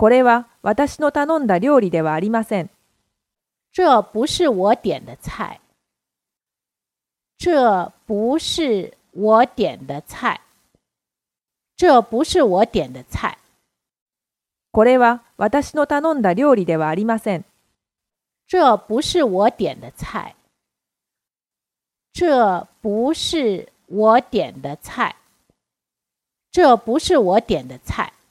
これは私の頼んだ料理ではありません。 这不是我点的菜。这不是我点的菜。这不是我点的菜。 これは私の頼んだ料理ではありません。 这不是我点的菜。这不是我点的菜。这不是我点的菜。